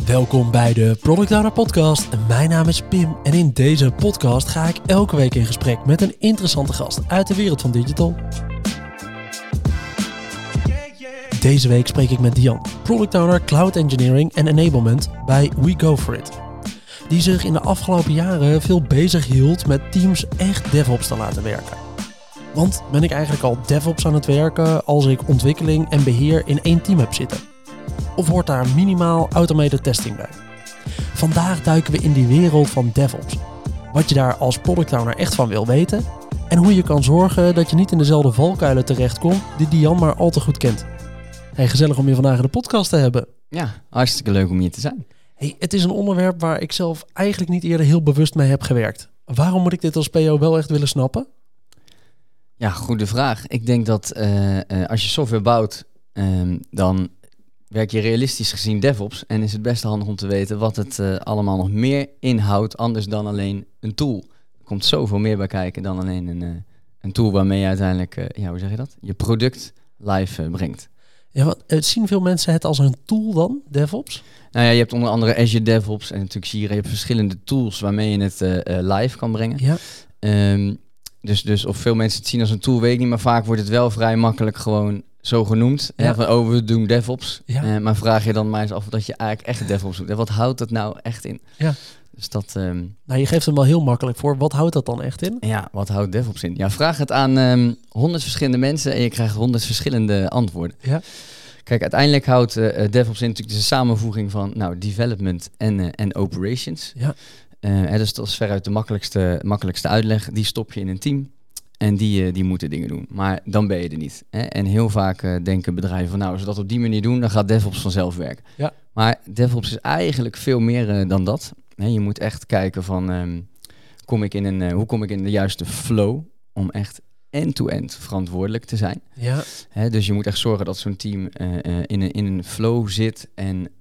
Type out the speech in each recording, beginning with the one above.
Welkom bij de Product Owner Podcast. Mijn naam is Pim en in deze podcast ga ik elke week in gesprek met een interessante gast uit de wereld van digital. Deze week spreek ik met Dian, Product Owner Cloud Engineering en Enablement bij We Go For It. Die zich in de afgelopen jaren veel bezig hield met teams echt DevOps te laten werken. Want ben ik eigenlijk al DevOps aan het werken als ik ontwikkeling en beheer in één team heb zitten? Of hoort daar minimaal automated testing bij? Vandaag duiken we in die wereld van DevOps. Wat je daar als product owner echt van wil weten. En hoe je kan zorgen dat je niet in dezelfde valkuilen terechtkomt die Dian maar al te goed kent. Hey, gezellig om je vandaag in de podcast te hebben. Ja, hartstikke leuk om hier te zijn. Hey, het is een onderwerp waar ik zelf eigenlijk niet eerder heel bewust mee heb gewerkt. Waarom moet ik dit als PO wel echt willen snappen? Ja, goede vraag. Ik denk dat als je software bouwt, dan werk je realistisch gezien DevOps. En is het best handig om te weten wat het allemaal nog meer inhoudt, anders dan alleen een tool. Er komt zoveel meer bij kijken dan alleen een tool waarmee je uiteindelijk, hoe zeg je dat? Je product live brengt. Ja, wat, zien veel mensen het als een tool dan, DevOps? Nou ja, je hebt onder andere Azure DevOps en natuurlijk Jira. Je hebt verschillende tools waarmee je het live kan brengen. Ja. Dus of veel mensen het zien als een tool, weet ik niet. Maar vaak wordt het wel vrij makkelijk gewoon zo genoemd. Ja. Hè, van, we doen DevOps. Ja. Maar vraag je dan maar eens af dat je eigenlijk echt DevOps doet. En wat houdt dat nou echt in? Ja. Dus dat... Nou, je geeft hem wel heel makkelijk voor. Wat houdt dat dan echt in? Ja, wat houdt DevOps in? Ja, vraag het aan 100 verschillende mensen en je krijgt 100 verschillende antwoorden. Ja. Kijk, uiteindelijk houdt DevOps in natuurlijk de samenvoeging van development en operations. Ja. Dus dat is veruit de makkelijkste uitleg. Die stop je in een team en die moeten dingen doen. Maar dan ben je er niet. Hè? En heel vaak denken bedrijven van als we dat op die manier doen, dan gaat DevOps vanzelf werken. Ja. Maar DevOps is eigenlijk veel meer dan dat. Je moet echt kijken van hoe kom ik in de juiste flow om echt end-to-end verantwoordelijk te zijn. Ja. Dus je moet echt zorgen dat zo'n team in een flow zit en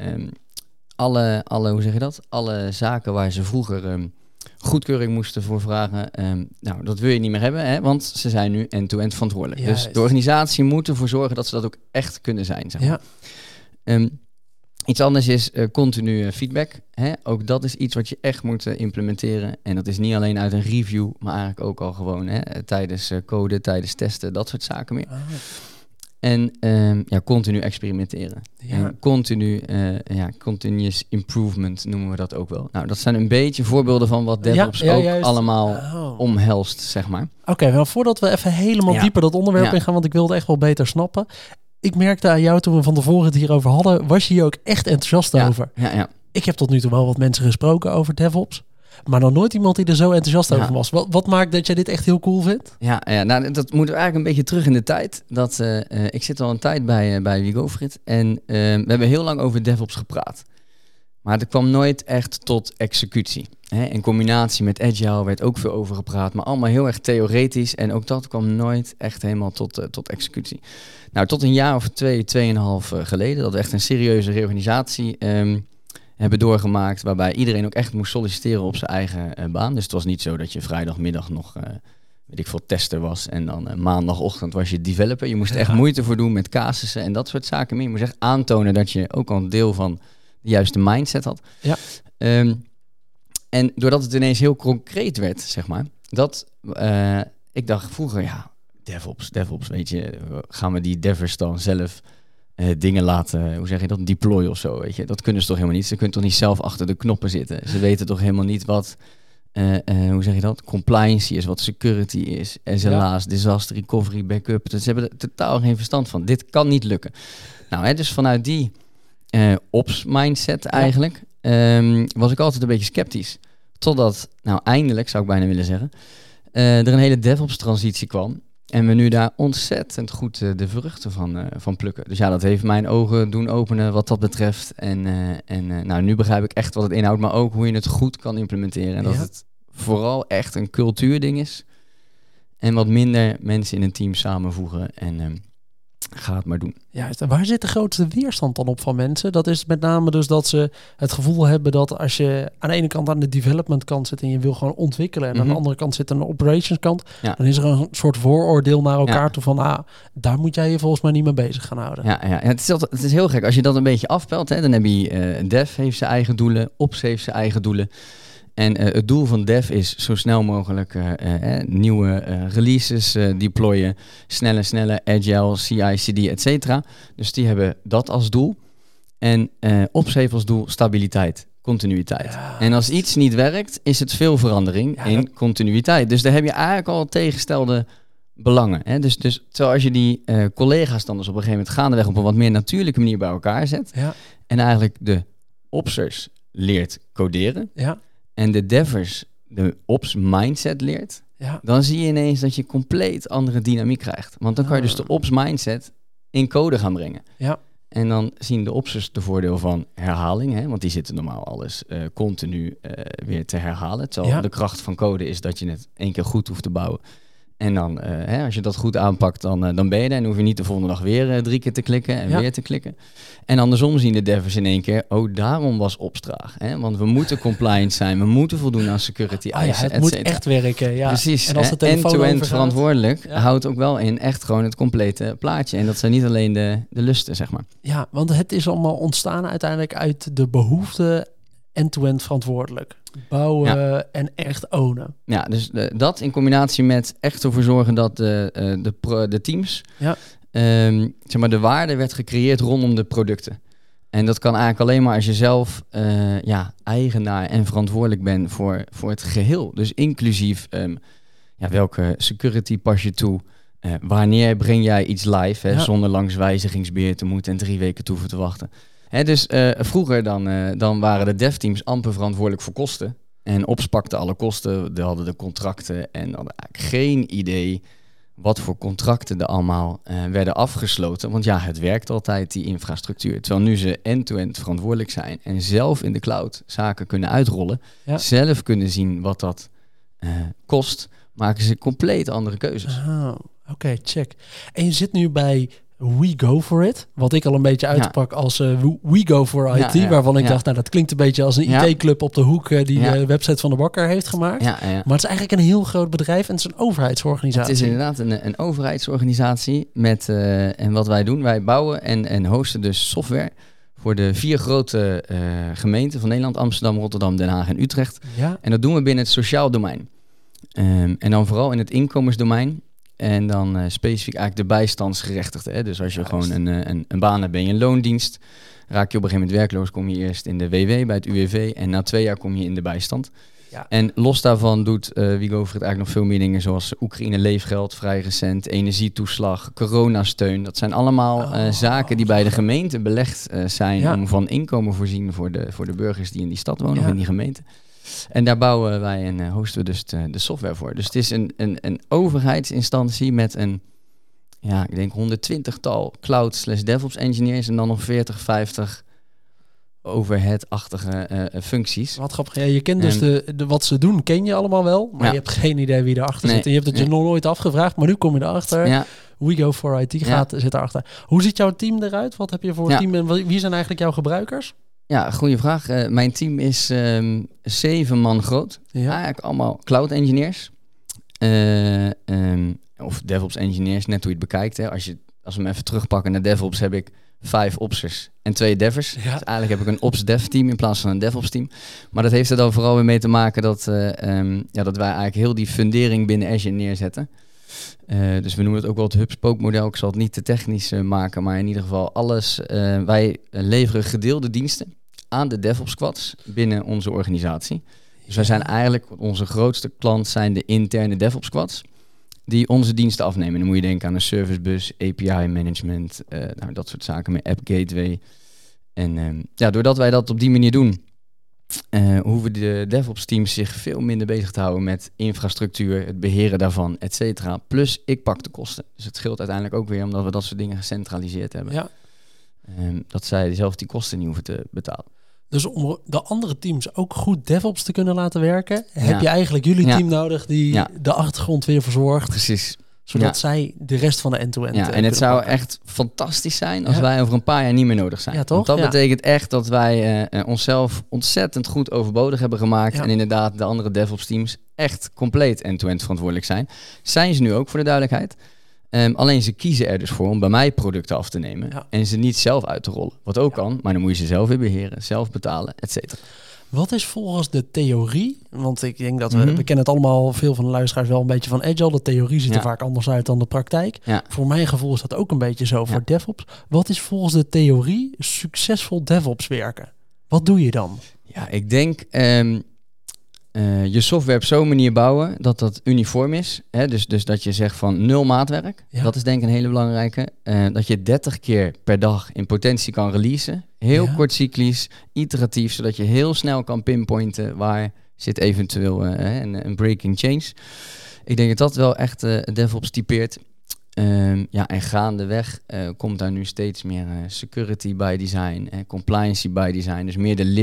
alle zaken waar ze vroeger goedkeuring moesten voor vragen, dat wil je niet meer hebben, hè, want ze zijn nu end-to-end verantwoordelijk. Juist. Dus de organisatie moet ervoor zorgen dat ze dat ook echt kunnen zijn. Zeg maar. Ja. Iets anders is continu feedback. Hè? Ook dat is iets wat je echt moet implementeren. En dat is niet alleen uit een review, maar eigenlijk ook al gewoon tijdens code, tijdens testen, dat soort zaken meer. En continu experimenteren. Ja. En continuous improvement noemen we dat ook wel. Nou, dat zijn een beetje voorbeelden van wat DevOps ook juist. allemaal omhelst, zeg maar. Oké, wel voordat we even helemaal dieper dat onderwerp ingaan, want ik wilde echt wel beter snappen. Ik merkte aan jou toen we van tevoren het hierover hadden, was je hier ook echt enthousiast over. Ja. Ik heb tot nu toe wel wat mensen gesproken over DevOps, maar nog nooit iemand die er zo enthousiast over was. Wat maakt dat jij dit echt heel cool vindt? Ja, nou, dat moet eigenlijk een beetje terug in de tijd. Ik zit al een tijd bij We Go For It en we hebben heel lang over DevOps gepraat. Maar er kwam nooit echt tot executie. In combinatie met Agile werd ook veel over gepraat, maar allemaal heel erg theoretisch. En ook dat kwam nooit echt helemaal tot executie. Nou, tot een jaar of 2,5 geleden, dat we echt een serieuze reorganisatie hebben doorgemaakt, waarbij iedereen ook echt moest solliciteren op zijn eigen baan. Dus het was niet zo dat je vrijdagmiddag nog, tester was en dan maandagochtend was je developer. Je moest echt moeite voor doen met casussen en dat soort zaken meer. Je moest echt aantonen dat je ook al een deel van de juiste mindset had. Ja. En doordat het ineens heel concreet werd, zeg maar, ik dacht vroeger, DevOps, weet je, gaan we die devers dan zelf dingen laten, deployen of zo, weet je. Dat kunnen ze toch helemaal niet. Ze kunnen toch niet zelf achter de knoppen zitten. Ze weten toch helemaal niet wat, compliance is, wat security is, SLA's, disaster recovery, backup. Dus ze hebben er totaal geen verstand van. Dit kan niet lukken. Nou, dus vanuit die ops mindset eigenlijk, was ik altijd een beetje sceptisch. Totdat, eindelijk zou ik bijna willen zeggen, er een hele DevOps transitie kwam. En we nu daar ontzettend goed de vruchten van plukken. Dus dat heeft mijn ogen doen openen wat dat betreft. En nu begrijp ik echt wat het inhoudt, maar ook hoe je het goed kan implementeren. En dat het vooral echt een cultuurding is. En wat minder mensen in een team samenvoegen. Ga het maar doen. Juist. En waar zit de grootste weerstand dan op van mensen? Dat is met name dus dat ze het gevoel hebben dat als je aan de ene kant aan de development kant zit en je wil gewoon ontwikkelen en aan de andere kant zit aan de operations kant, dan is er een soort vooroordeel naar elkaar toe van, daar moet jij je volgens mij niet mee bezig gaan houden. Ja, het is heel gek. Als je dat een beetje afpelt, hè, dan heb je Dev heeft zijn eigen doelen, Ops heeft zijn eigen doelen. En het doel van Dev is zo snel mogelijk nieuwe releases deployen, snelle, agile, CI/CD, et cetera. Dus die hebben dat als doel. En Ops heeft als doel stabiliteit, continuïteit. Ja. En als iets niet werkt, is het veel verandering in continuïteit. Dus daar heb je eigenlijk al tegenstelde belangen. Hè? Dus zoals je die collega's dan dus op een gegeven moment gaandeweg op een wat meer natuurlijke manier bij elkaar zet. Ja. En eigenlijk de Opsers leert coderen. Ja. En de devers de ops mindset leert, dan zie je ineens dat je compleet andere dynamiek krijgt. Want dan kan je dus de ops mindset in code gaan brengen. Ja. En dan zien de opsers de voordeel van herhaling, hè? Want die zitten normaal alles continu weer te herhalen. Terwijl de kracht van code is dat je het 1 keer goed hoeft te bouwen. En dan, als je dat goed aanpakt, dan ben je er. En hoef je niet de volgende dag weer 3 keer te klikken en weer te klikken. En andersom zien de devers in 1 keer, daarom was Ops traag. Hè? Want we moeten compliant zijn, we moeten voldoen aan security eisen, het moet echt werken. Ja. Precies, en als de end-to-end verantwoordelijk houdt ook wel in echt gewoon het complete plaatje. En dat zijn niet alleen de lusten, zeg maar. Ja, want het is allemaal ontstaan uiteindelijk uit de behoefte end-to-end verantwoordelijk. Bouwen en echt ownen. Ja, dus dat in combinatie met echt ervoor zorgen dat de teams, zeg maar, de waarde werd gecreëerd rondom de producten. En dat kan eigenlijk alleen maar als je zelf eigenaar en verantwoordelijk bent voor het geheel. Dus inclusief welke security pas je toe, wanneer breng jij iets live, zonder langs wijzigingsbeheer te moeten en 3 weken toe te wachten. Dus vroeger dan waren de devteams amper verantwoordelijk voor kosten. En Ops pakte alle kosten, die hadden de contracten en hadden eigenlijk geen idee wat voor contracten er allemaal werden afgesloten. Want het werkt altijd, die infrastructuur. Terwijl nu ze end-to-end verantwoordelijk zijn en zelf in de cloud zaken kunnen uitrollen, zelf kunnen zien wat dat kost, maken ze compleet andere keuzes. Oké, check. En je zit nu bij We Go For It, wat ik al een beetje uitpak als We Go For IT, waarvan ik dacht, dat klinkt een beetje als een IT-club op de hoek die de website van de bakker heeft gemaakt. Maar het is eigenlijk een heel groot bedrijf en het is een overheidsorganisatie. Het is inderdaad een overheidsorganisatie met, en wat wij doen, wij bouwen en hosten dus software voor de 4 grote gemeenten van Nederland, Amsterdam, Rotterdam, Den Haag en Utrecht. Ja. En dat doen we binnen het sociaal domein. En dan vooral in het inkomensdomein. En dan specifiek eigenlijk de bijstandsgerechtigden. Hè? Dus als je gewoon een baan hebt, ben je een loondienst. Raak je op een gegeven moment werkloos, kom je eerst in de WW bij het UWV. En na 2 jaar kom je in de bijstand. Ja. En los daarvan doet We Go For It eigenlijk nog veel meer dingen zoals Oekraïne leefgeld, vrij recent, energietoeslag, coronasteun. Dat zijn allemaal zaken die bij de gemeente belegd zijn om van inkomen voorzien voor de burgers die in die stad wonen of in die gemeente. En daar bouwen wij en hosten we dus de software voor. Dus het is een overheidsinstantie met ik denk 120-tal cloud/DevOps engineers en dan nog 40, 50 overhead-achtige functies. Wat grappig. Ja, je kent dus wat ze doen, ken je allemaal wel, maar je hebt geen idee wie erachter zit. En je hebt het je nog nooit afgevraagd, maar nu kom je erachter. Ja. We Go For IT zit erachter. Hoe ziet jouw team eruit? Wat heb je voor team en wie zijn eigenlijk jouw gebruikers? Ja, goede vraag. Mijn team is 7 man groot. Ja. Eigenlijk allemaal cloud engineers. Of DevOps engineers, net hoe je het bekijkt. Hè. Als we hem even terugpakken naar DevOps, heb ik 5 opsers en 2 devers. Ja. Dus eigenlijk heb ik een ops dev team in plaats van een DevOps team. Maar dat heeft er dan vooral weer mee te maken dat wij eigenlijk heel die fundering binnen Azure neerzetten. Dus we noemen het ook wel het hub-spoke model. Ik zal het niet te technisch maken, maar in ieder geval alles. Wij leveren gedeelde diensten aan de DevOps squads binnen onze organisatie. Dus wij zijn eigenlijk, onze grootste klant zijn de interne DevOps squads die onze diensten afnemen. Dan moet je denken aan een servicebus, API management, dat soort zaken met app gateway. En doordat wij dat op die manier doen, hoeven de DevOps teams zich veel minder bezig te houden met infrastructuur, het beheren daarvan, et cetera. Plus ik pak de kosten. Dus het scheelt uiteindelijk ook weer omdat we dat soort dingen gecentraliseerd hebben. Ja. Dat zij zelf die kosten niet hoeven te betalen. Dus om de andere teams ook goed DevOps te kunnen laten werken, heb je eigenlijk jullie team nodig die de achtergrond weer verzorgt. Precies. Zodat zij de rest van de end-to-end en het zou pakken. echt fantastisch zijn als wij over een paar jaar niet meer nodig zijn. Ja, toch? Want dat betekent echt dat wij onszelf ontzettend goed overbodig hebben gemaakt. Ja. En inderdaad de andere DevOps teams echt compleet end-to-end verantwoordelijk zijn. Zijn ze nu ook, voor de duidelijkheid. Alleen ze kiezen er dus voor om bij mij producten af te nemen. Ja. En ze niet zelf uit te rollen. Wat ook kan, maar dan moet je ze zelf weer beheren, zelf betalen, et cetera. Wat is volgens de theorie, want ik denk dat we kennen het allemaal, veel van de luisteraars wel een beetje van Agile. De theorie ziet er vaak anders uit dan de praktijk. Ja. Voor mijn gevoel is dat ook een beetje zo voor DevOps. Wat is volgens de theorie succesvol DevOps werken? Wat doe je dan? Ja, ik denk je software op zo'n manier bouwen dat dat uniform is. Hè? Dus dat je zegt van 0 maatwerk. Ja. Dat is denk ik een hele belangrijke. Dat je 30 keer per dag in potentie kan releasen. Heel kort cyclisch, iteratief, zodat je heel snel kan pinpointen waar zit eventueel een breaking change. Ik denk dat dat wel echt DevOps typeert. En gaandeweg komt daar nu steeds meer security by design, compliancy by design. Dus meer de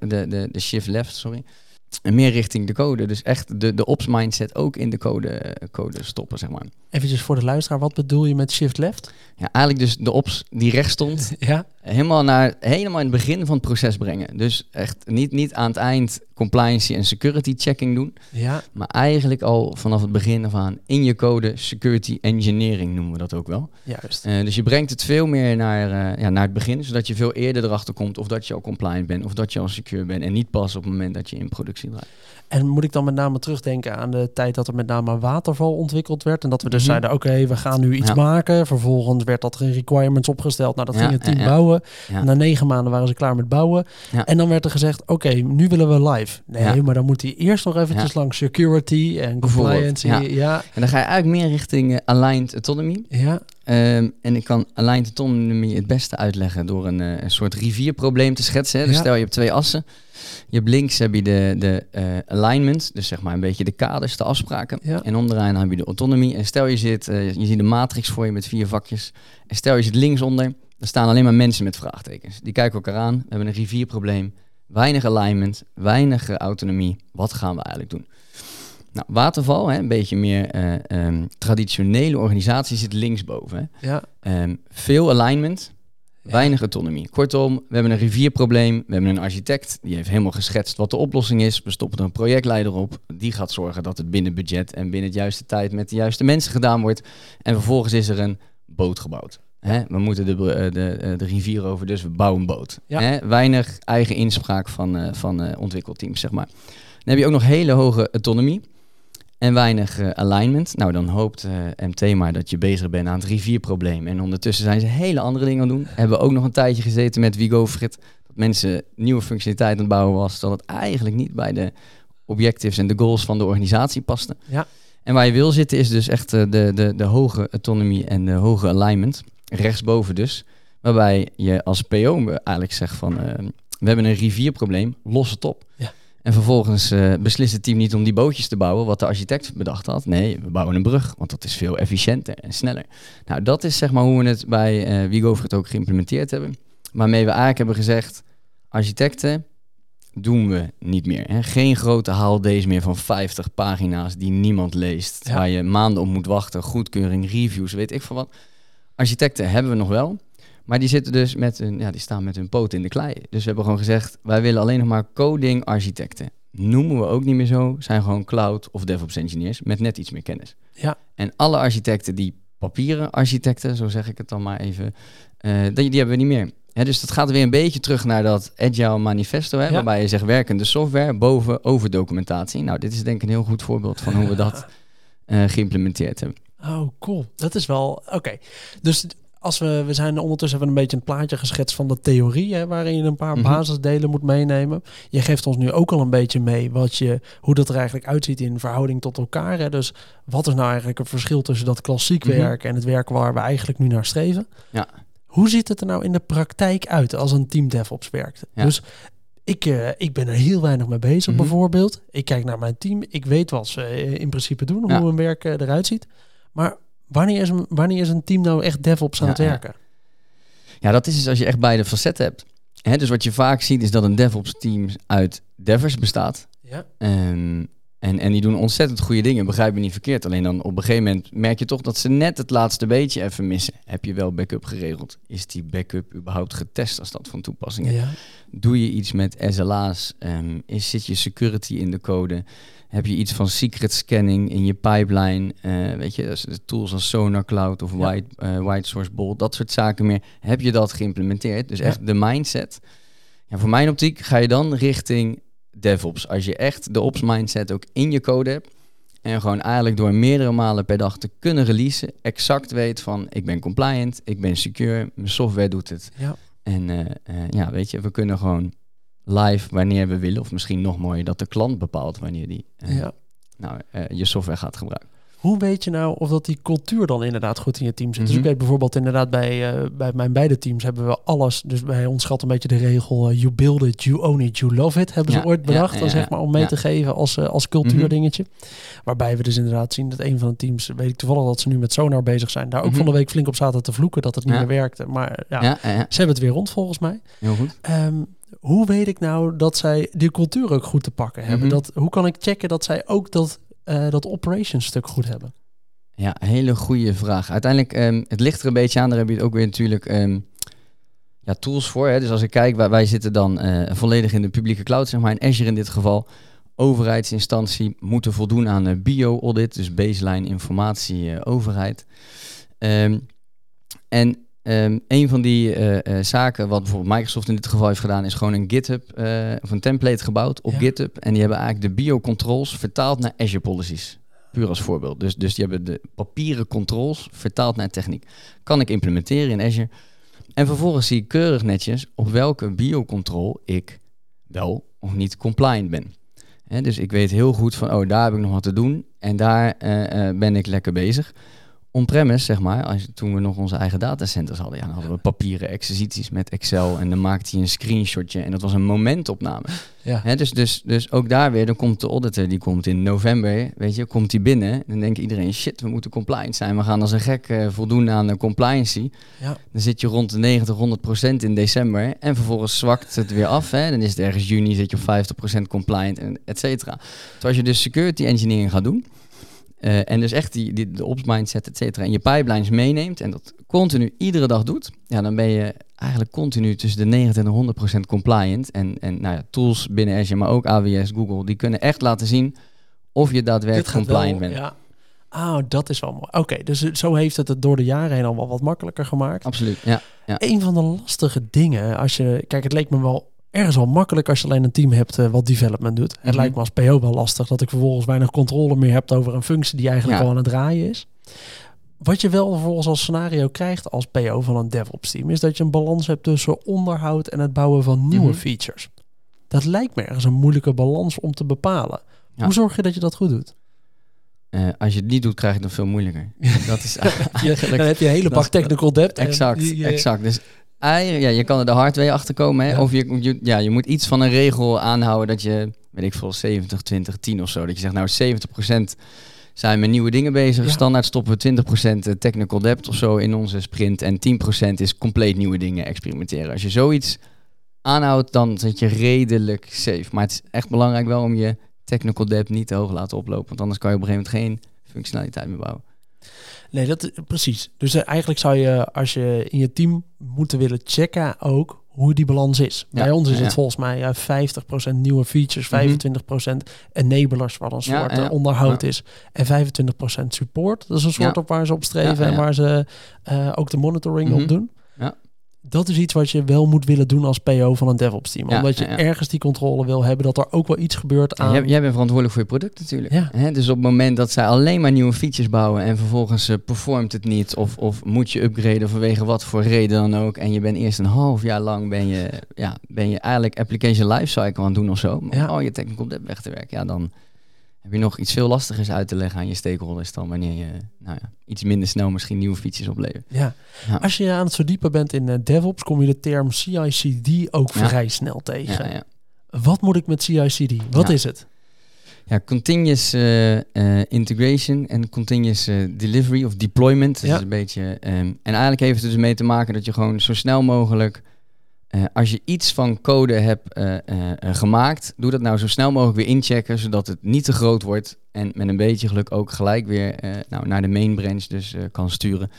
shift left, sorry. En meer richting de code. Dus echt de ops mindset ook in de code stoppen, zeg maar. Eventjes voor de luisteraar, wat bedoel je met shift left? Ja, eigenlijk dus de ops die rechts stond. Helemaal in het begin van het proces brengen. Dus echt niet aan het eind compliancy en security checking doen. Ja. Maar eigenlijk al vanaf het begin af aan in je code security engineering noemen we dat ook wel. Juist. Dus je brengt het veel meer naar het begin. Zodat je veel eerder erachter komt of dat je al compliant bent of dat je al secure bent. En niet pas op het moment dat je in productie draait. En moet ik dan met name terugdenken aan de tijd dat er met name waterval ontwikkeld werd. En dat we dus zeiden, oké, we gaan nu iets maken. Vervolgens werd dat er in requirements opgesteld. Nou, dat ging het team bouwen. Ja. Na 9 maanden waren ze klaar met bouwen. Ja. En dan werd er gezegd, oké, nu willen we live. Nee, maar dan moet hij eerst nog eventjes langs security en compliance. Ja. En dan ga je eigenlijk meer richting aligned autonomy. Ja. En ik kan aligned autonomy het beste uitleggen door een soort rivierprobleem te schetsen. Dus stel je hebt 2 assen. Je hebt links heb je de alignment, dus zeg maar een beetje de kaders, de afspraken. Ja. En onderaan heb je de autonomie. En stel je ziet de matrix voor je met 4 vakjes. En stel je zit linksonder, dan staan alleen maar mensen met vraagtekens. Die kijken elkaar aan, we hebben een rivierprobleem, weinig alignment, weinig autonomie. Wat gaan we eigenlijk doen? Nou, Waterval, een beetje meer traditionele organisatie, zit linksboven. Ja. Veel alignment. Weinig autonomie. Kortom, we hebben een rivierprobleem. We hebben een architect. Die heeft helemaal geschetst wat de oplossing is. We stoppen er een projectleider op. Die gaat zorgen dat het binnen budget en binnen de juiste tijd met de juiste mensen gedaan wordt. En vervolgens is er een boot gebouwd. We moeten de rivier over, dus we bouwen een boot. Ja. Weinig eigen inspraak van ontwikkelteams, zeg maar. Dan heb je ook nog hele hoge autonomie. En weinig alignment. Nou, dan hoopt MT maar dat je bezig bent aan het rivierprobleem. En ondertussen zijn ze hele andere dingen aan het doen. Hebben we ook nog een tijdje gezeten met WeGoFrit. Dat mensen nieuwe functionaliteit aan het bouwen was. Dat het eigenlijk niet bij de objectives en de goals van de organisatie paste. Ja. En waar je wil zitten is dus echt de hoge autonomie en de hoge alignment. Rechtsboven dus. Waarbij je als PO eigenlijk zegt van... we hebben een rivierprobleem, los het op. Ja. En vervolgens beslist het team niet om die bootjes te bouwen, wat de architect bedacht had. Nee, we bouwen een brug, want dat is veel efficiënter en sneller. Nou, dat is zeg maar hoe we het bij WeGoFrit ook geïmplementeerd hebben. Waarmee we eigenlijk hebben gezegd, architecten doen we niet meer. Hè? Geen grote haaldays meer van 50 pagina's die niemand leest. Ja. Waar je maanden op moet wachten, goedkeuring, reviews, weet ik veel wat. Architecten hebben we nog wel. Maar die zitten dus die staan met hun poot in de klei. Dus we hebben gewoon gezegd, wij willen alleen nog maar coding architecten. Noemen we ook niet meer zo, zijn gewoon cloud of DevOps engineers met net iets meer kennis. Ja. En alle architecten die papieren architecten, zo zeg ik het dan maar even, die hebben we niet meer. Dus dat gaat weer een beetje terug naar dat Agile manifesto, waarbij je zegt werkende software boven overdocumentatie. Nou, dit is denk ik een heel goed voorbeeld van hoe we dat geïmplementeerd hebben. Oh, cool. Dat is wel... Oké. Dus... we zijn ondertussen hebben een beetje een plaatje geschetst van de theorie, waarin je een paar basisdelen moet meenemen. Je geeft ons nu ook al een beetje mee hoe dat er eigenlijk uitziet in verhouding tot elkaar. Dus wat is nou eigenlijk het verschil tussen dat klassiek werk en het werk waar we eigenlijk nu naar streven? Ja. Hoe ziet het er nou in de praktijk uit als een team DevOps werkt? Ja. Dus ik ben er heel weinig mee bezig bijvoorbeeld. Ik kijk naar mijn team. Ik weet wat ze in principe doen, hoe hun werk eruit ziet. Maar wanneer is een team nou echt DevOps aan het werken? Ja, dat is dus als je echt beide facetten hebt. Dus wat je vaak ziet is dat een DevOps team uit devers bestaat. Ja. En die doen ontzettend goede dingen, begrijp me niet verkeerd. Alleen dan op een gegeven moment merk je toch dat ze net het laatste beetje even missen. Heb je wel backup geregeld? Is die backup überhaupt getest als dat van toepassing is? Ja. Doe je iets met SLA's? Zit je security in de code? Heb je iets van secret scanning in je pipeline? Weet je, dus de tools als Sonar Cloud of White Source Bolt, dat soort zaken meer. Heb je dat geïmplementeerd? Dus echt de mindset. Ja, voor mijn optiek ga je dan richting DevOps. Als je echt de ops mindset ook in je code hebt en gewoon eigenlijk door meerdere malen per dag te kunnen releasen, exact weet van ik ben compliant, ik ben secure, mijn software doet het. Ja. En weet je, we kunnen gewoon live wanneer we willen, of misschien nog mooier dat de klant bepaalt wanneer die je software gaat gebruiken. Hoe weet je nou of dat die cultuur dan inderdaad goed in je team zit? Mm-hmm. Dus ik weet bijvoorbeeld inderdaad bij mijn beide teams hebben we alles. Dus bij ons geldt een beetje de regel you build it, you own it, you love it. Hebben ze ooit bedacht, zeg maar, om mee te geven als cultuurdingetje. Waarbij we dus inderdaad zien dat een van de teams, weet ik toevallig dat ze nu met Sonar bezig zijn, daar ook van de week flink op zaten te vloeken dat het niet meer werkte. Maar ze hebben het weer rond volgens mij. Heel goed. Hoe weet ik nou dat zij die cultuur ook goed te pakken hebben? Hoe kan ik checken dat zij ook dat operations stuk goed hebben? Ja, hele goede vraag. Uiteindelijk, het ligt er een beetje aan. Daar heb je het ook weer natuurlijk tools voor. Hè. Dus als ik kijk, wij zitten dan volledig in de publieke cloud, zeg maar, in Azure in dit geval. Overheidsinstantie moeten voldoen aan bio-audit, dus baseline informatie overheid. Een van die zaken, wat bijvoorbeeld Microsoft in dit geval heeft gedaan, is gewoon een GitHub of een template gebouwd op GitHub. En die hebben eigenlijk de bio-controls vertaald naar Azure policies. Puur als voorbeeld. Dus die hebben de papieren controls vertaald naar techniek. Kan ik implementeren in Azure. En vervolgens zie ik keurig netjes op welke bio-control ik wel of niet compliant ben. Dus ik weet heel goed van, daar heb ik nog wat te doen. En daar ben ik lekker bezig. On-premise, zeg maar, toen we nog onze eigen datacenters hadden, dan hadden we papieren exercities met Excel en dan maakte hij een screenshotje en dat was een momentopname. Ja. Dus ook daar weer, dan komt de auditor, die komt in november, weet je, komt die binnen en dan denkt iedereen, shit, we moeten compliant zijn, we gaan als een gek voldoen aan de compliancy. Ja. Dan zit je rond de 90-100% in december en vervolgens zwakt het weer af, dan is het ergens juni, zit je op 50% compliant, et cetera. Dus als je dus security engineering gaat doen, en dus echt de ops mindset, et cetera, en je pipelines meeneemt en dat continu iedere dag doet, dan ben je eigenlijk continu tussen de 90 en 100% compliant. En tools binnen Azure, maar ook AWS, Google, die kunnen echt laten zien of je daadwerkelijk compliant bent. Ja. Dat is wel mooi. Oké, dus zo heeft het door de jaren heen al wel wat makkelijker gemaakt. Absoluut, ja. Een van de lastige dingen, kijk, het leek me wel ergens wel makkelijk als je alleen een team hebt wat development doet. Het lijkt me als PO wel lastig dat ik vervolgens weinig controle meer heb over een functie die eigenlijk al aan het draaien is. Wat je wel vervolgens als scenario krijgt als PO van een DevOps team is dat je een balans hebt tussen onderhoud en het bouwen van nieuwe features. Dat lijkt me ergens een moeilijke balans om te bepalen. Ja. Hoe zorg je dat je dat goed doet? Als je het niet doet, krijg je het nog veel moeilijker. Dat is dan heb je een hele bak technical debt. Exact. Dus je kan er de hard way achter komen. Hè? Ja. Of je moet iets van een regel aanhouden dat je, weet ik veel, 70, 20, 10 of zo. Dat je zegt, nou 70% zijn met nieuwe dingen bezig. Ja. Standaard stoppen we 20% technical debt of zo in onze sprint. En 10% is compleet nieuwe dingen experimenteren. Als je zoiets aanhoudt, dan zit je redelijk safe. Maar het is echt belangrijk wel om je technical debt niet te hoog laten oplopen. Want anders kan je op een gegeven moment geen functionaliteit meer bouwen. Nee, dat precies. Dus eigenlijk zou je, als je in je team moeten willen checken ook hoe die balans is. Ja, bij ons is het volgens mij 50% nieuwe features, 25% enablers, wat een soort onderhoud is. En 25% support. Dat is een soort op waar ze op streven en waar ze ook de monitoring op doen. Ja. Dat is iets wat je wel moet willen doen als PO van een DevOps team. Omdat je ergens die controle wil hebben dat er ook wel iets gebeurt aan... Jij bent verantwoordelijk voor je product natuurlijk. Ja. Dus op het moment dat zij alleen maar nieuwe features bouwen en vervolgens performt het niet of moet je upgraden vanwege wat voor reden dan ook en je bent eerst een half jaar lang ben je eigenlijk application lifecycle aan het doen of zo. Maar je technical debt weg te werken. Dan heb je nog iets veel lastigers uit te leggen aan je stakeholders dan wanneer je iets minder snel misschien nieuwe features oplevert. Ja. Als je aan het verdiepen bent in DevOps, kom je de term CI/CD ook vrij snel tegen. Ja. Wat moet ik met CI/CD? Wat is het? Ja, continuous integration en continuous delivery of deployment. Dat is een beetje. En eigenlijk heeft het dus mee te maken dat je gewoon zo snel mogelijk Als je iets van code hebt gemaakt, doe dat nou zo snel mogelijk weer inchecken, zodat het niet te groot wordt en met een beetje geluk ook gelijk weer naar de main branch dus kan sturen.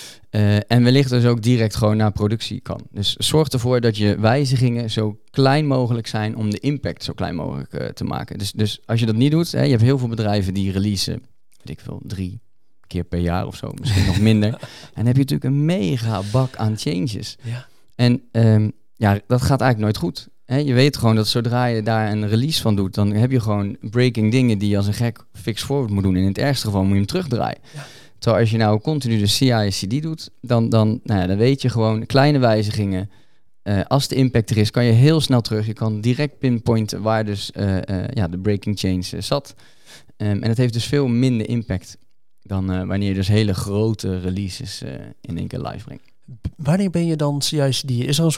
En wellicht dus ook direct gewoon naar productie kan. Dus zorg ervoor dat je wijzigingen zo klein mogelijk zijn om de impact zo klein mogelijk te maken. Dus als je dat niet doet, je hebt heel veel bedrijven die releasen, weet ik veel, 3 keer per jaar of zo, misschien nog minder. En dan heb je natuurlijk een mega bak aan changes. Ja. En dat gaat eigenlijk nooit goed. Je weet gewoon dat zodra je daar een release van doet, dan heb je gewoon breaking dingen die je als een gek fix forward moet doen. En in het ergste geval moet je hem terugdraaien. Ja. Terwijl als je nou continu de CI/CD doet, dan weet je gewoon kleine wijzigingen. Als de impact er is, kan je heel snel terug. Je kan direct pinpointen waar dus de breaking change zat. En het heeft dus veel minder impact dan wanneer je dus hele grote releases in één keer live brengt. Wanneer ben je dan CI/CD? Is er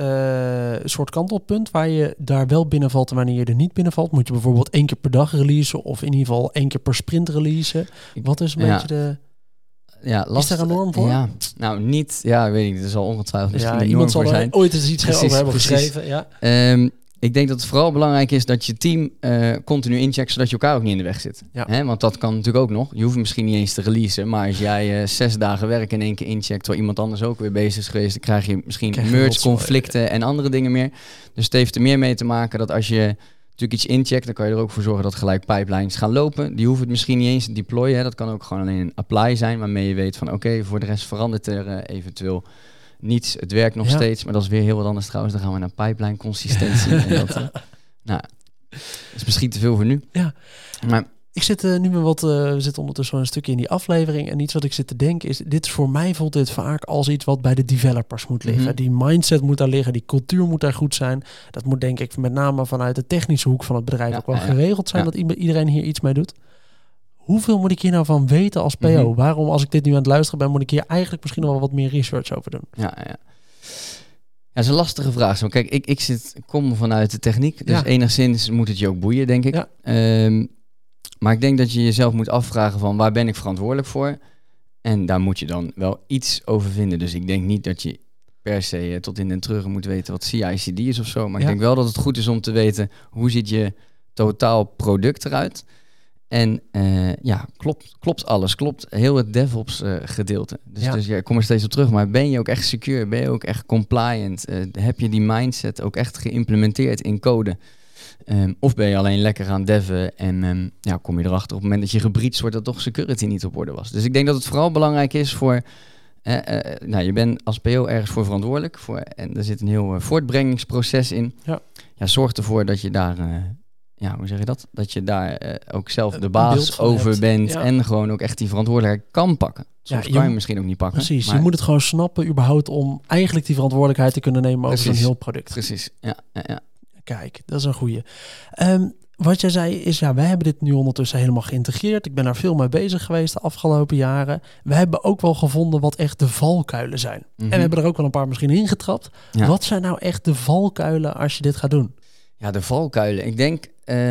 een soort kantelpunt waar je daar wel binnenvalt en wanneer je er niet binnenvalt? Moet je bijvoorbeeld 1 keer per dag releasen of in ieder geval 1 keer per sprint releasen? Wat is een beetje de... Ja, is daar een norm voor? Ja, nou niet. Ja, weet ik. Er zal ongetwijfeld misschien een iemand norm voor zijn. Ooit eens iets over hebben geschreven. Ja. Ik denk dat het vooral belangrijk is dat je team continu incheckt, zodat je elkaar ook niet in de weg zit. Ja. Want dat kan natuurlijk ook nog. Je hoeft misschien niet eens te releasen, maar als jij 6 dagen werk in één keer incheckt, terwijl iemand anders ook weer bezig is geweest, dan krijg je misschien merge conflicten en andere dingen meer. Dus het heeft er meer mee te maken dat als je natuurlijk iets incheckt, dan kan je er ook voor zorgen dat gelijk pipelines gaan lopen. Die hoeven het misschien niet eens te deployen. Dat kan ook gewoon alleen een apply zijn, waarmee je weet van oké, voor de rest verandert er eventueel niets. Het werkt nog steeds, maar dat is weer heel wat anders trouwens. Dan gaan we naar pipeline consistentie. En dat is misschien te veel voor nu. Ja. Maar ik zit nu met we zitten ondertussen een stukje in die aflevering en iets wat ik zit te denken is, dit voor mij voelt dit vaak als iets wat bij de developers moet liggen. Mm-hmm. Die mindset moet daar liggen, die cultuur moet daar goed zijn. Dat moet denk ik met name vanuit de technische hoek van het bedrijf ook wel geregeld zijn dat iedereen hier iets mee doet. Hoeveel moet ik hier nou van weten als PO? Mm-hmm. Waarom, als ik dit nu aan het luisteren ben, moet ik hier eigenlijk misschien nog wel wat meer research over doen? Ja, dat is een lastige vraag. Zo, kijk, ik kom vanuit de techniek, dus enigszins moet het je ook boeien, denk ik. Ja. Maar ik denk dat je jezelf moet afvragen van waar ben ik verantwoordelijk voor? En daar moet je dan wel iets over vinden. Dus ik denk niet dat je per se tot in den treuren moet weten wat CI/CD is of zo. Maar ik denk wel dat het goed is om te weten hoe ziet je totaal product eruit. En klopt alles? Klopt heel het DevOps gedeelte? Dus ik kom er steeds op terug. Maar ben je ook echt secure? Ben je ook echt compliant? Heb je die mindset ook echt geïmplementeerd in code? Of ben je alleen lekker aan deven en kom je erachter op het moment dat je gebreached wordt dat toch security niet op orde was. Dus ik denk dat het vooral belangrijk is voor, je bent als PO ergens voor verantwoordelijk en er zit een heel voortbrengingsproces in. Ja, zorg ervoor dat je daar, hoe zeg je dat? Dat je daar ook zelf de baas over bent en gewoon ook echt die verantwoordelijkheid kan pakken. Soms kan je misschien ook niet pakken. Precies, je moet het gewoon snappen überhaupt om eigenlijk die verantwoordelijkheid te kunnen nemen over zo'n heel product. Precies, ja. Kijk, dat is een goeie. Wat jij zei is, wij hebben dit nu ondertussen helemaal geïntegreerd. Ik ben daar veel mee bezig geweest de afgelopen jaren. We hebben ook wel gevonden wat echt de valkuilen zijn. Mm-hmm. En we hebben er ook wel een paar misschien ingetrapt. Ja. Wat zijn nou echt de valkuilen als je dit gaat doen? Ja, de valkuilen. Ik denk,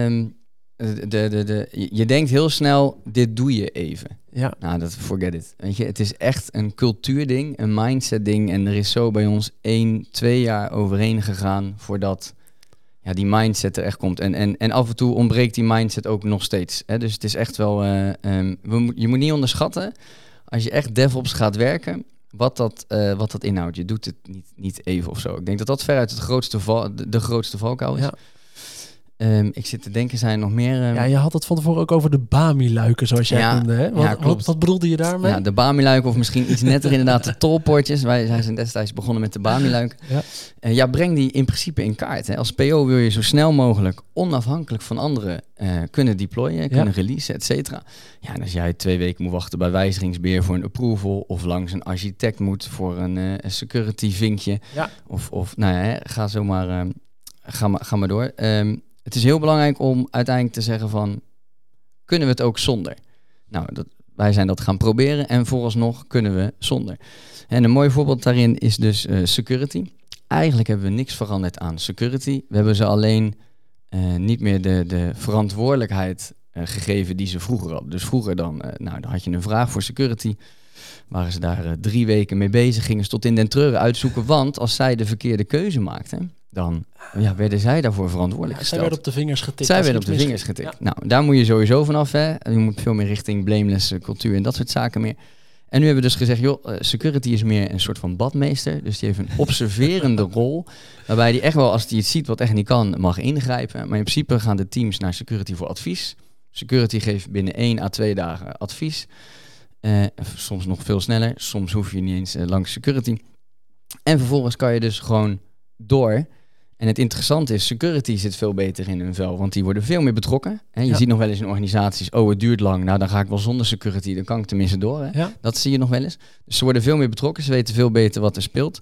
je denkt heel snel, dit doe je even. Ja. Nou, forget it. Weet je, het is echt een cultuurding, een mindset ding. En er is zo bij ons 1-2 jaar overheen gegaan voordat die mindset er echt komt. En af en toe ontbreekt die mindset ook nog steeds. Hè? Dus het is echt wel... je moet niet onderschatten, als je echt DevOps gaat werken, wat dat inhoudt. Je doet het niet even of zo. Ik denk dat dat veruit de grootste valkuil is. Ja. Ik zit te denken, zijn er nog meer... je had het van tevoren ook over de BAMI-luiken, zoals jij noemde. Hè? Wat bedoelde je daarmee? Ja, de BAMI-luiken of misschien iets netter inderdaad de tolpoortjes. Wij zijn destijds begonnen met de BAMI-luiken. Breng die in principe in kaart. Hè. Als PO wil je zo snel mogelijk onafhankelijk van anderen kunnen deployen, kunnen releasen, et cetera. Ja, en als jij 2 weken moet wachten bij wijzigingsbeheer voor een approval of langs een architect moet voor een security vinkje. Ja. Of ga zo maar, ga maar door. Het is heel belangrijk om uiteindelijk te zeggen van, kunnen we het ook zonder? Nou, wij zijn dat gaan proberen en vooralsnog kunnen we zonder. En een mooi voorbeeld daarin is dus security. Eigenlijk hebben we niks veranderd aan security. We hebben ze alleen niet meer de verantwoordelijkheid gegeven die ze vroeger hadden. Dus vroeger dan had je een vraag voor security. Waren ze daar 3 weken mee bezig, gingen ze tot in den treuren uitzoeken. Want als zij de verkeerde keuze maakten, dan werden zij daarvoor verantwoordelijk gesteld. Zij werden op de vingers getikt. Ja. Nou, daar moet je sowieso vanaf. Hè. Je moet veel meer richting blameless cultuur en dat soort zaken meer. En nu hebben we dus gezegd, security is meer een soort van badmeester. Dus die heeft een observerende rol. Waarbij die echt wel, als hij iets ziet wat echt niet kan, mag ingrijpen. Maar in principe gaan de teams naar security voor advies. Security geeft binnen 1 à 2 dagen advies. Soms nog veel sneller. Soms hoef je niet eens langs security. En vervolgens kan je dus gewoon door. En het interessante is, security zit veel beter in hun vel, want die worden veel meer betrokken. Hè? Je ziet nog wel eens in organisaties, het duurt lang, nou dan ga ik wel zonder security, dan kan ik tenminste door. Hè? Ja. Dat zie je nog wel eens. Dus ze worden veel meer betrokken, ze weten veel beter wat er speelt.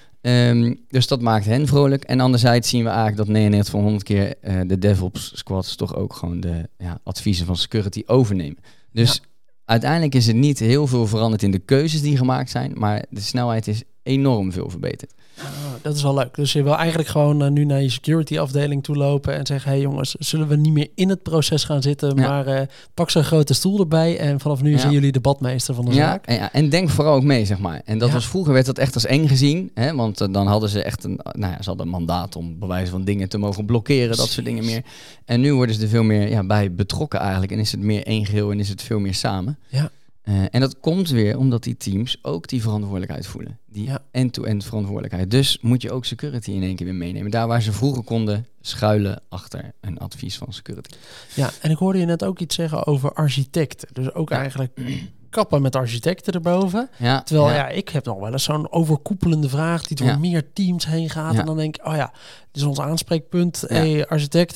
Dus dat maakt hen vrolijk. En anderzijds zien we eigenlijk dat 99 van 100 keer de DevOps squads toch ook gewoon de adviezen van security overnemen. Dus uiteindelijk is er niet heel veel veranderd in de keuzes die gemaakt zijn, maar de snelheid is enorm veel verbeterd. Dat is wel leuk. Dus je wil eigenlijk gewoon nu naar je security afdeling toe lopen en zeggen, hey jongens, zullen we niet meer in het proces gaan zitten, maar pak zo'n grote stoel erbij en vanaf nu zijn jullie de badmeester van de zaak. En denk vooral ook mee, zeg maar. En dat was vroeger, werd dat echt als eng gezien, hè? Want dan hadden ze echt ze hadden een mandaat om bij wijze van dingen te mogen blokkeren, dat soort dingen meer. En nu worden ze er veel meer bij betrokken eigenlijk en is het meer één geheel en is het veel meer samen. Ja. En dat komt weer omdat die teams ook die verantwoordelijkheid voelen. Die end-to-end verantwoordelijkheid. Dus moet je ook security in één keer weer meenemen. Daar waar ze vroeger konden schuilen achter een advies van security. Ja, en ik hoorde je net ook iets zeggen over architecten. Dus ook eigenlijk kappen met architecten erboven. Ja, terwijl ik heb nog wel eens zo'n overkoepelende vraag die door meer teams heen gaat. Ja. En dan denk ik, dit is ons aanspreekpunt. Ja. Hey, architect,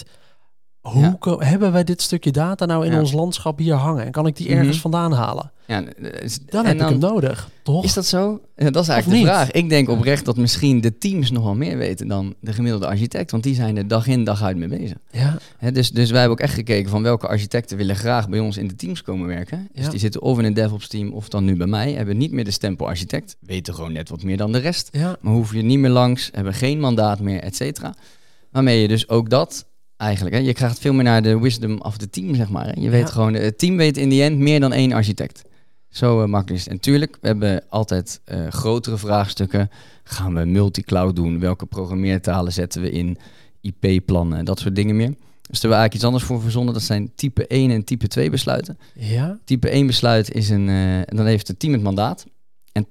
hoe hebben wij dit stukje data nou in ons landschap hier hangen? En kan ik die ergens vandaan halen? Ja, dan heb ik hem nodig, toch? Is dat zo? Ja, dat is eigenlijk de vraag. Ik denk oprecht dat misschien de teams nog wel meer weten dan de gemiddelde architect. Want die zijn er dag in dag uit mee bezig. Ja. Dus wij hebben ook echt gekeken van welke architecten willen graag bij ons in de teams komen werken. Dus die zitten of in een DevOps team of dan nu bij mij. Hebben niet meer de stempel architect. Weten gewoon net wat meer dan de rest. Ja. Maar hoeven je niet meer langs. Hebben geen mandaat meer, et cetera. Waarmee je dus ook dat eigenlijk, je krijgt veel meer naar de wisdom of the team, zeg maar. Hè. Je weet gewoon, het team weet in die end meer dan 1 architect. Zo makkelijk is het. En tuurlijk, we hebben altijd grotere vraagstukken. Gaan we multi-cloud doen? Welke programmeertalen zetten we in? IP-plannen, dat soort dingen meer. Dus daar hebben we eigenlijk iets anders voor verzonnen. Dat zijn type 1 en type 2 besluiten. Ja. Type 1 besluit is dan heeft het team het mandaat. En 80%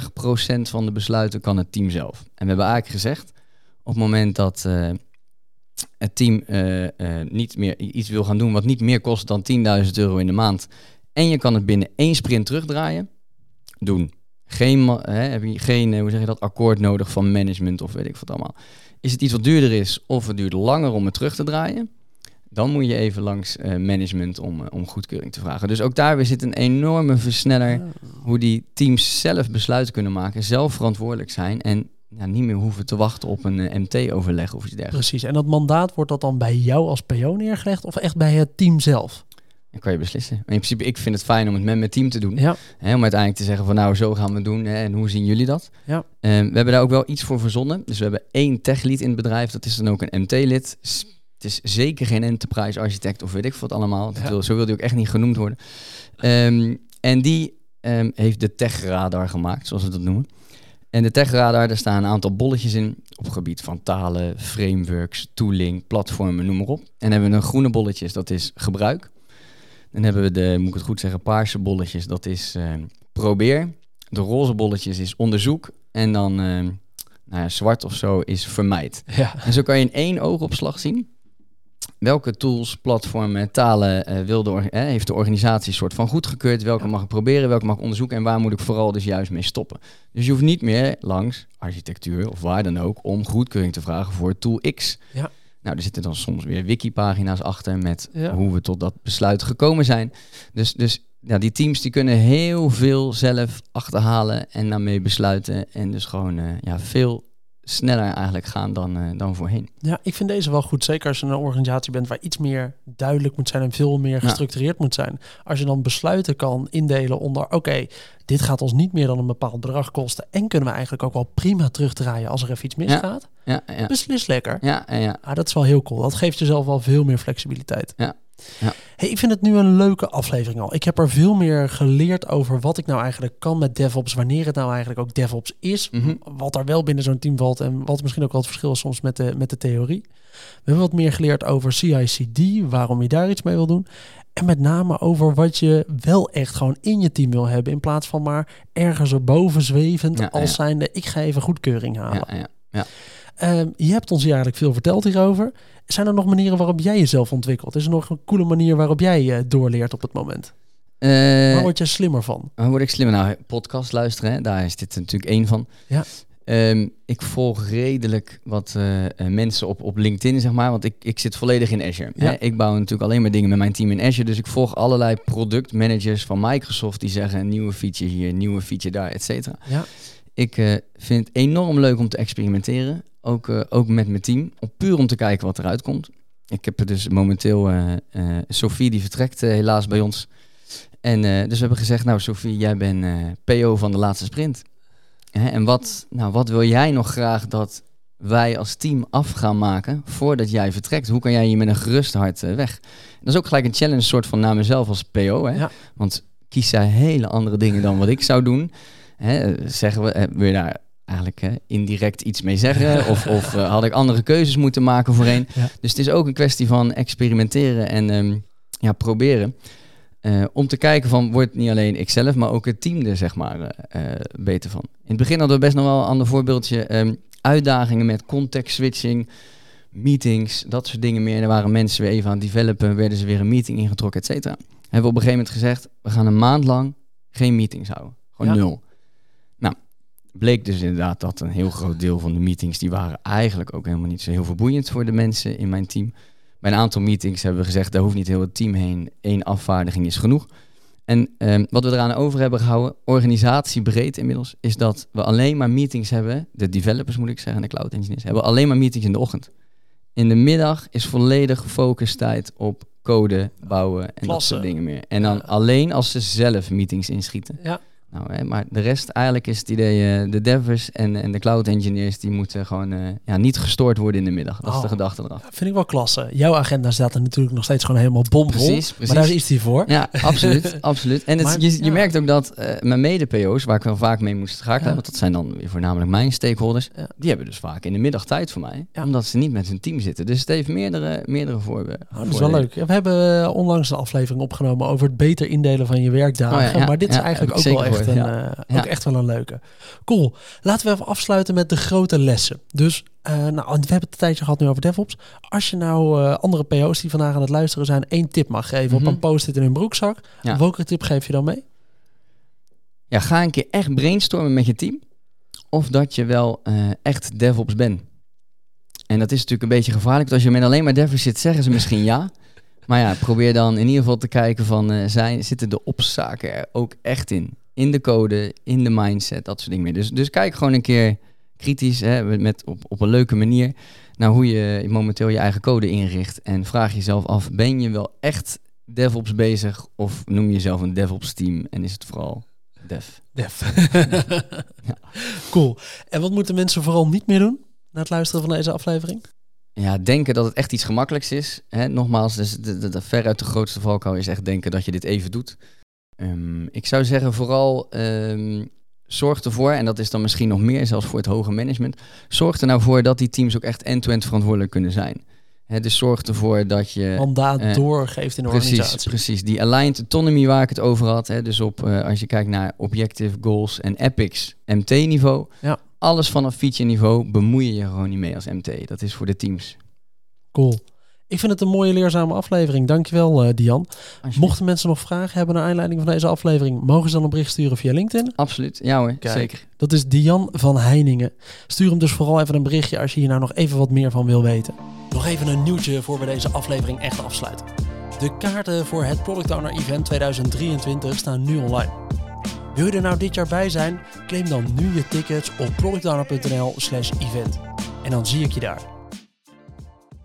van de besluiten kan het team zelf. En we hebben eigenlijk gezegd, op het moment dat het team niet meer iets wil gaan doen wat niet meer kost dan €10.000 in de maand. En je kan het binnen 1 sprint terugdraaien. Doen. Heb je geen akkoord nodig van management of weet ik wat allemaal. Is het iets wat duurder is of het duurt langer om het terug te draaien, dan moet je even langs management om goedkeuring te vragen. Dus ook daar weer zit een enorme versneller hoe die teams zelf besluiten kunnen maken, zelf verantwoordelijk zijn en niet meer hoeven te wachten op een MT-overleg of iets dergelijks. Precies. En dat mandaat, wordt dat dan bij jou als PO neergelegd of echt bij het team zelf? Dan kan je beslissen. Maar in principe, ik vind het fijn om het met mijn team te doen. Ja. Om uiteindelijk te zeggen van zo gaan we het doen. En hoe zien jullie dat? Ja. We hebben daar ook wel iets voor verzonnen. Dus we hebben 1 tech-lead in het bedrijf. Dat is dan ook een MT-lid. Het is zeker geen enterprise architect of weet ik wat allemaal. Zo wil die ook echt niet genoemd worden. En die heeft de tech-radar gemaakt, zoals we dat noemen. En de tech-radar, daar staan een aantal bolletjes in op gebied van talen, frameworks, tooling, platformen, noem maar op. En hebben we een groene bolletjes, dat is gebruik. Dan hebben we de, moet ik het goed zeggen, paarse bolletjes, dat is probeer. De roze bolletjes is onderzoek. En dan zwart of zo is vermijd. Ja. En zo kan je in 1 oogopslag zien welke tools, platformen, talen heeft de organisatie soort van goedgekeurd. Welke mag ik proberen, welke mag ik onderzoeken en waar moet ik vooral dus juist mee stoppen. Dus je hoeft niet meer langs architectuur of waar dan ook om goedkeuring te vragen voor tool X. Ja. Nou, er zitten dan soms weer wikipagina's achter met hoe we tot dat besluit gekomen zijn. Dus die teams die kunnen heel veel zelf achterhalen en daarmee besluiten. En dus gewoon veel sneller eigenlijk gaan dan voorheen. Ja, ik vind deze wel goed. Zeker als je een organisatie bent waar iets meer duidelijk moet zijn en veel meer gestructureerd moet zijn. Als je dan besluiten kan indelen onder, oké, dit gaat ons niet meer dan een bepaald bedrag kosten en kunnen we eigenlijk ook wel prima terugdraaien als er even iets misgaat. Ja. Beslis lekker. Ja. Dat is wel heel cool. Dat geeft jezelf wel veel meer flexibiliteit. Ja. Ja. Hey, ik vind het nu een leuke aflevering al. Ik heb er veel meer geleerd over wat ik nou eigenlijk kan met DevOps, wanneer het nou eigenlijk ook DevOps is, wat er wel binnen zo'n team valt en wat misschien ook wel het verschil is soms met de theorie. We hebben wat meer geleerd over CI/CD, waarom je daar iets mee wil doen. En met name over wat je wel echt gewoon in je team wil hebben, in plaats van maar ergens erboven zwevend als zijnde, ik ga even goedkeuring halen. Ja. Je hebt ons hier eigenlijk veel verteld hierover. Zijn er nog manieren waarop jij jezelf ontwikkelt? Is er nog een coole manier waarop jij doorleert op het moment? Waar word je slimmer van? Waar word ik slimmer? Nou, podcast luisteren, hè? Daar is dit natuurlijk één van. Ja. Ik volg redelijk wat mensen op LinkedIn, zeg maar. Want ik zit volledig in Azure. Ja. Ik bouw natuurlijk alleen maar dingen met mijn team in Azure. Dus ik volg allerlei productmanagers van Microsoft die zeggen nieuwe feature hier, nieuwe feature daar, et cetera. Ja. Ik vind het enorm leuk om te experimenteren. Ook met mijn team. Puur om te kijken wat eruit komt. Ik heb dus momenteel Sophie, die vertrekt helaas bij ons. En dus we hebben gezegd, nou Sophie, jij bent PO van de laatste sprint. En wat wil jij nog graag dat wij als team af gaan maken voordat jij vertrekt? Hoe kan jij hier met een gerust hart weg? Dat is ook gelijk een challenge soort van naar mezelf als PO. Hè? Ja. Want kies zij hele andere dingen dan wat ik zou doen. Zeggen we, wil je daar eigenlijk indirect iets mee zeggen? Of had ik andere keuzes moeten maken voorheen? Ja. Dus het is ook een kwestie van experimenteren en proberen. Om te kijken van, wordt niet alleen ikzelf, maar ook het team er zeg maar beter van. In het begin hadden we best nog wel een ander voorbeeldje. Uitdagingen met context switching, meetings, dat soort dingen meer. En er waren mensen weer even aan het developen, werden ze weer een meeting ingetrokken, et cetera. Hebben we op een gegeven moment gezegd, we gaan een maand lang geen meetings houden. Gewoon 0. Nou, bleek dus inderdaad dat een heel groot deel van de meetings, die waren eigenlijk ook helemaal niet zo heel verboeiend voor de mensen in mijn team. Bij een aantal meetings hebben we gezegd, daar hoeft niet heel het team heen. 1 afvaardiging is genoeg. En wat we eraan over hebben gehouden, organisatiebreed inmiddels, is dat we alleen maar meetings hebben, de developers moet ik zeggen, de cloud engineers, hebben alleen maar meetings in de ochtend. In de middag is volledig focustijd op code, bouwen en dat soort dingen meer. En dan alleen als ze zelf meetings inschieten. Ja. Nou, maar de rest, eigenlijk is het idee, de devers en de cloud engineers, die moeten gewoon niet gestoord worden in de middag. Dat is de gedachte eraf. Vind ik wel klasse. Jouw agenda staat er natuurlijk nog steeds gewoon helemaal bomvol. Precies. Maar daar is die voor. Ja, absoluut. En je merkt ook dat mijn mede-PO's, waar ik wel vaak mee moest schakelen, want dat zijn dan weer voornamelijk mijn stakeholders, die hebben dus vaak in de middag tijd voor mij, omdat ze niet met hun team zitten. Dus het heeft meerdere voorbeelden. Dat is wel leuk. We hebben onlangs een aflevering opgenomen over het beter indelen van je werkdagen. Maar dit is eigenlijk ook wel echt ook echt wel een leuke. Cool. Laten we even afsluiten met de grote lessen. Dus we hebben het een tijdje gehad nu over DevOps. Als je nou andere PO's die vandaag aan het luisteren zijn 1 tip mag geven op een post-it in hun broekzak. Welke tip geef je dan mee? Ja, ga een keer echt brainstormen met je team. Of dat je wel echt DevOps bent. En dat is natuurlijk een beetje gevaarlijk. Want als je met alleen maar DevOps zit, zeggen ze misschien ja. Maar ja, probeer dan in ieder geval te kijken van, zitten de opszaken er ook echt in? In de code, in de mindset, dat soort dingen meer. Dus kijk gewoon een keer kritisch, op een leuke manier, naar hoe je momenteel je eigen code inricht. En vraag jezelf af, ben je wel echt DevOps bezig? Of noem je jezelf een DevOps team en is het vooral Dev? Ja. Cool. En wat moeten mensen vooral niet meer doen na het luisteren van deze aflevering? Ja, denken dat het echt iets gemakkelijks is. Nogmaals, dus de veruit de grootste valkuil is echt denken dat je dit even doet. Ik zou zeggen vooral zorg ervoor, en dat is dan misschien nog meer zelfs voor het hoge management, zorg er nou voor dat die teams ook echt end-to-end verantwoordelijk kunnen zijn. Dus zorg ervoor dat je mandaat doorgeeft in de organisatie. Precies, die aligned autonomy waar ik het over had. Dus als je kijkt naar objective goals en epics, MT-niveau. Ja. Alles vanaf feature-niveau bemoei je gewoon niet mee als MT. Dat is voor de teams. Cool. Ik vind het een mooie leerzame aflevering. Dankjewel, Dian. Mochten mensen nog vragen hebben naar aanleiding van deze aflevering, mogen ze dan een bericht sturen via LinkedIn? Absoluut. Ja hoor, kijk, zeker. Dat is Dian van Heiningen. Stuur hem dus vooral even een berichtje als je hier nou nog even wat meer van wil weten. Nog even een nieuwtje voor we deze aflevering echt afsluiten. De kaarten voor het Product Owner Event 2023 staan nu online. Wil je er nou dit jaar bij zijn? Claim dan nu je tickets op productowner.nl/event. En dan zie ik je daar.